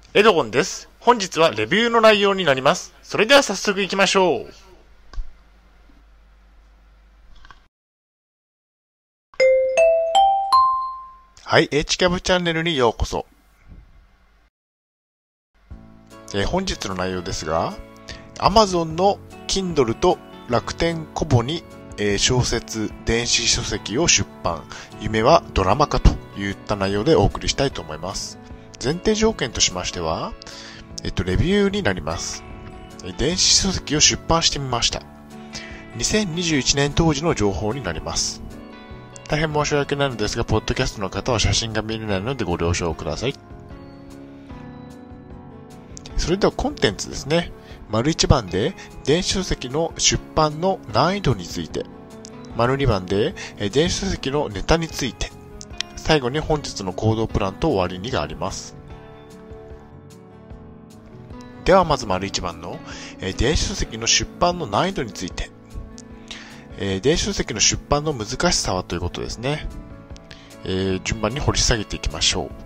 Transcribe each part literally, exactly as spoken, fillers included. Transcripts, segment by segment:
エドゴンです。本日はレビューの内容になります。それでは早速行きましょう。はい、エイチキャブ チャンネルにようこそ。えー、本日の内容ですが、Amazon の Kindle と楽天コボに、えー、小説、電子書籍を出版、夢はドラマ化といった内容でお送りしたいと思います。前提条件としましては、えっと、レビューになります。電子書籍を出版してみました。にせんにじゅういちねん当時の情報になります。大変申し訳ないのですが、ポッドキャストの方は写真が見れないのでご了承ください。それではコンテンツですね。丸いちばんで電子書籍の出版の難易度について。丸にばんで電子書籍のネタについて。最後に本日の行動プランと終わりにがあります。ではまず丸いちばんの電子書籍の出版の難易度について。電子書籍の出版の難しさはということですね。えー、順番に掘り下げていきましょ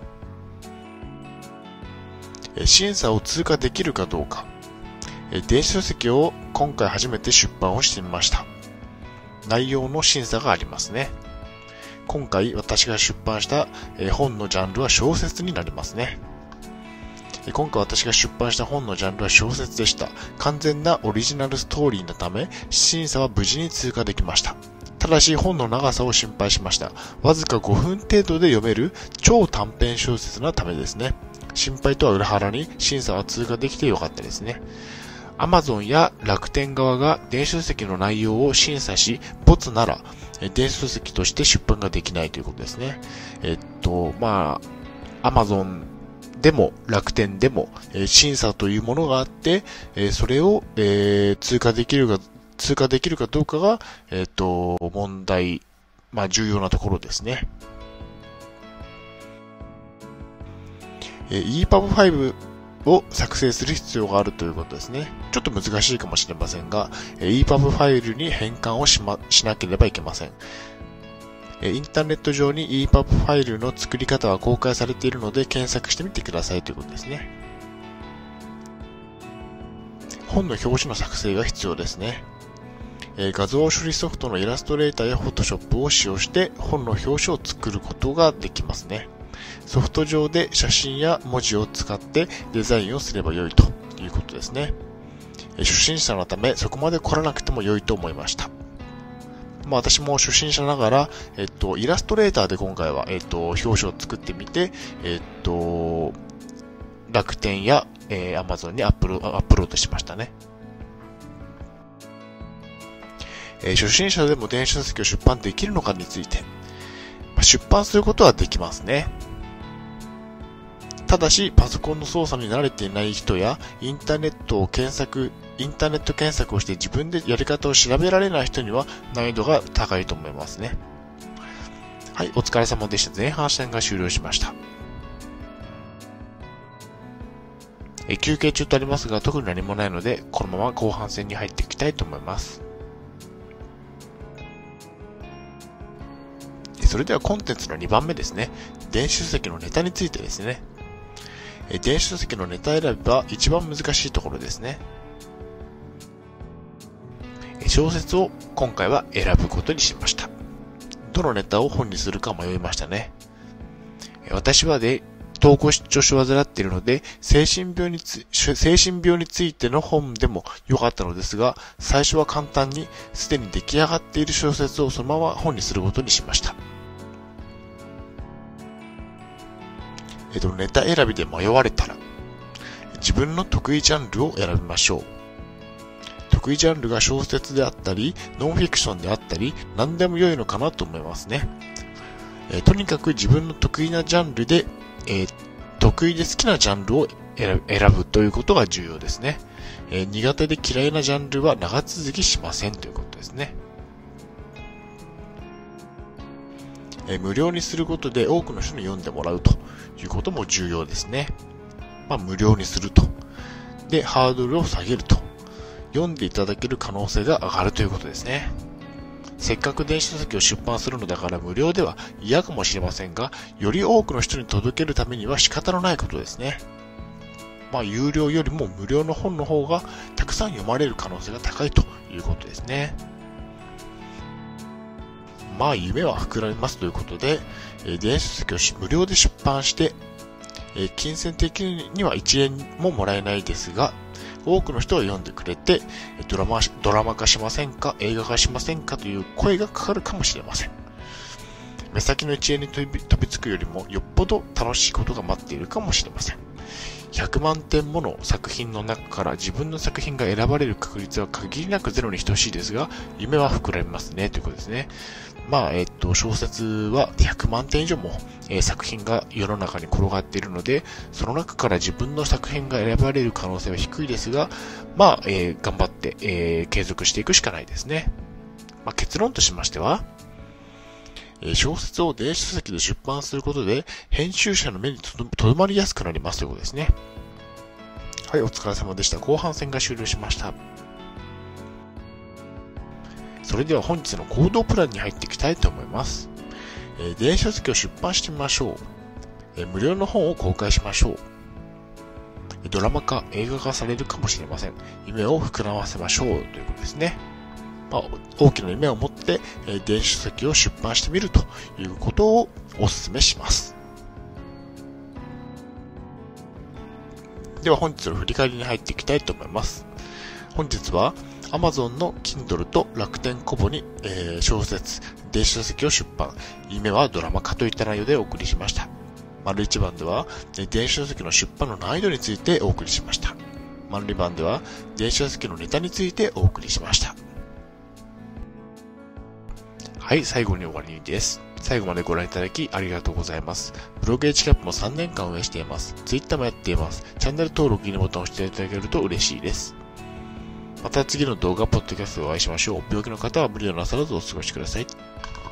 う。審査を通過できるかどうか。電子書籍を今回初めて出版をしてみました。内容の審査がありますね。今回私が出版した本のジャンルは小説になりますね。今回私が出版した本のジャンルは小説でした。完全なオリジナルストーリーのため、審査は無事に通過できました。ただし本の長さを心配しました。わずかごふん程度で読める超短編小説のためですね。心配とは裏腹に審査は通過できてよかったですね。Amazon や楽天側が電子書籍の内容を審査し、没なら電子書籍として出版ができないということですね。えっと、まあ、Amazonでも楽天でも、えー、審査というものがあって、えー、それを、えー、通過できるか通過できるかどうかが、えー、と問題、まあ重要なところですね。えー、イーパブファイブ を作成する必要があるということですね。ちょっと難しいかもしれませんが、えー、イーパブ ファイルに変換をしましなければいけません。インターネット上に イーパブ ファイルの作り方は公開されているので検索してみてくださいということですね。本の表紙の作成が必要ですね。画像処理ソフトのイラストレーターやフォトショップを使用して本の表紙を作ることができますね。ソフト上で写真や文字を使ってデザインをすれば良いということですね。初心者のためそこまで凝らなくても良いと思いました。まあ私も初心者ながら、えっと、イラストレーターで今回は、えっと、表紙を作ってみて、えっと、楽天や、えー、Amazon にアップロ、アップロードしましたね。えー、初心者でも電子書籍を出版できるのかについて、まあ、出版することはできますね。ただし、パソコンの操作に慣れていない人や、インターネットを検索、インターネット検索をして自分でやり方を調べられない人には難易度が高いと思いますね。はい、お疲れ様でした。前半戦が終了しました。え休憩中とありますが、特に何もないので、このまま後半戦に入っていきたいと思います。それではコンテンツのにばんめですね。電子書籍のネタについてですね。電子書籍のネタ選びは一番難しいところですね。小説を今回は選ぶことにしました。どのネタを本にするか迷いましたね。私はで統合失調症を患っているので、精神病につ、精神病についての本でも良かったのですが、最初は簡単にすでに出来上がっている小説をそのまま本にすることにしました。えっと、ネタ選びで迷われたら、自分の得意ジャンルを選びましょう。得意ジャンルが小説であったり、ノンフィクションであったり、何でも良いのかなと思いますね。えー、とにかく自分の得意なジャンルで、えー、得意で好きなジャンルを選ぶということが重要ですね。えー、苦手で嫌いなジャンルは長続きしませんということですね。えー、無料にすることで多くの人に読んでもらうということも重要ですね。まあ、無料にすると。で、ハードルを下げると。読んでいただける可能性が上がるということですね。せっかく電子書籍を出版するのだから無料では嫌かもしれませんが、より多くの人に届けるためには仕方のないことですね。 まあ、有料よりも無料の本の方がたくさん読まれる可能性が高いということですね。まあ、夢は膨らみますということで、えー、電子書籍を無料で出版して、えー、金銭的にはいちえんももらえないですが、多くの人が読んでくれて、ドラマ、ドラマ化しませんか、映画化しませんかという声がかかるかもしれません。目先のいちえんに飛び、飛びつくよりもよっぽど楽しいことが待っているかもしれません。ひゃくまんてんもの作品の中から自分の作品が選ばれる確率は限りなくゼロに等しいですが、夢は膨らみますねということですね。まあ、えっと、小説はひゃくまんてん以上も、えー、作品が世の中に転がっているので、その中から自分の作品が選ばれる可能性は低いですが、まあ、えー、頑張って、えー、継続していくしかないですね。まあ、結論としましては、小説を電子書籍で出版することで編集者の目にとどまりやすくなりますということですね。はい、お疲れ様でした。後半戦が終了しました。それでは本日の行動プランに入っていきたいと思います。えー、電子書籍を出版してみましょう、えー。無料の本を公開しましょう。ドラマ化、映画化されるかもしれません。夢を膨らませましょうということですね。まあ、大きな夢を持って、えー、電子書籍を出版してみるということをお勧めします。では本日の振り返りに入っていきたいと思います。本日は Amazon の Kindle と楽天コボに、えー、小説、電子書籍を出版、夢はドラマ化といった内容でお送りしました。丸一番では、電子書籍の出版の難易度についてお送りしました。丸二番では、電子書籍のネタについてお送りしました。はい、最後に終わりです。最後までご覧いただきありがとうございます。ブログ H キャップもさんねんかん運営しています。Twitter もやっています。チャンネル登録、いいねボタンを押していただけると嬉しいです。また次の動画、ポッドキャストでお会いしましょう。病気の方は無理をなさらずお過ごしください。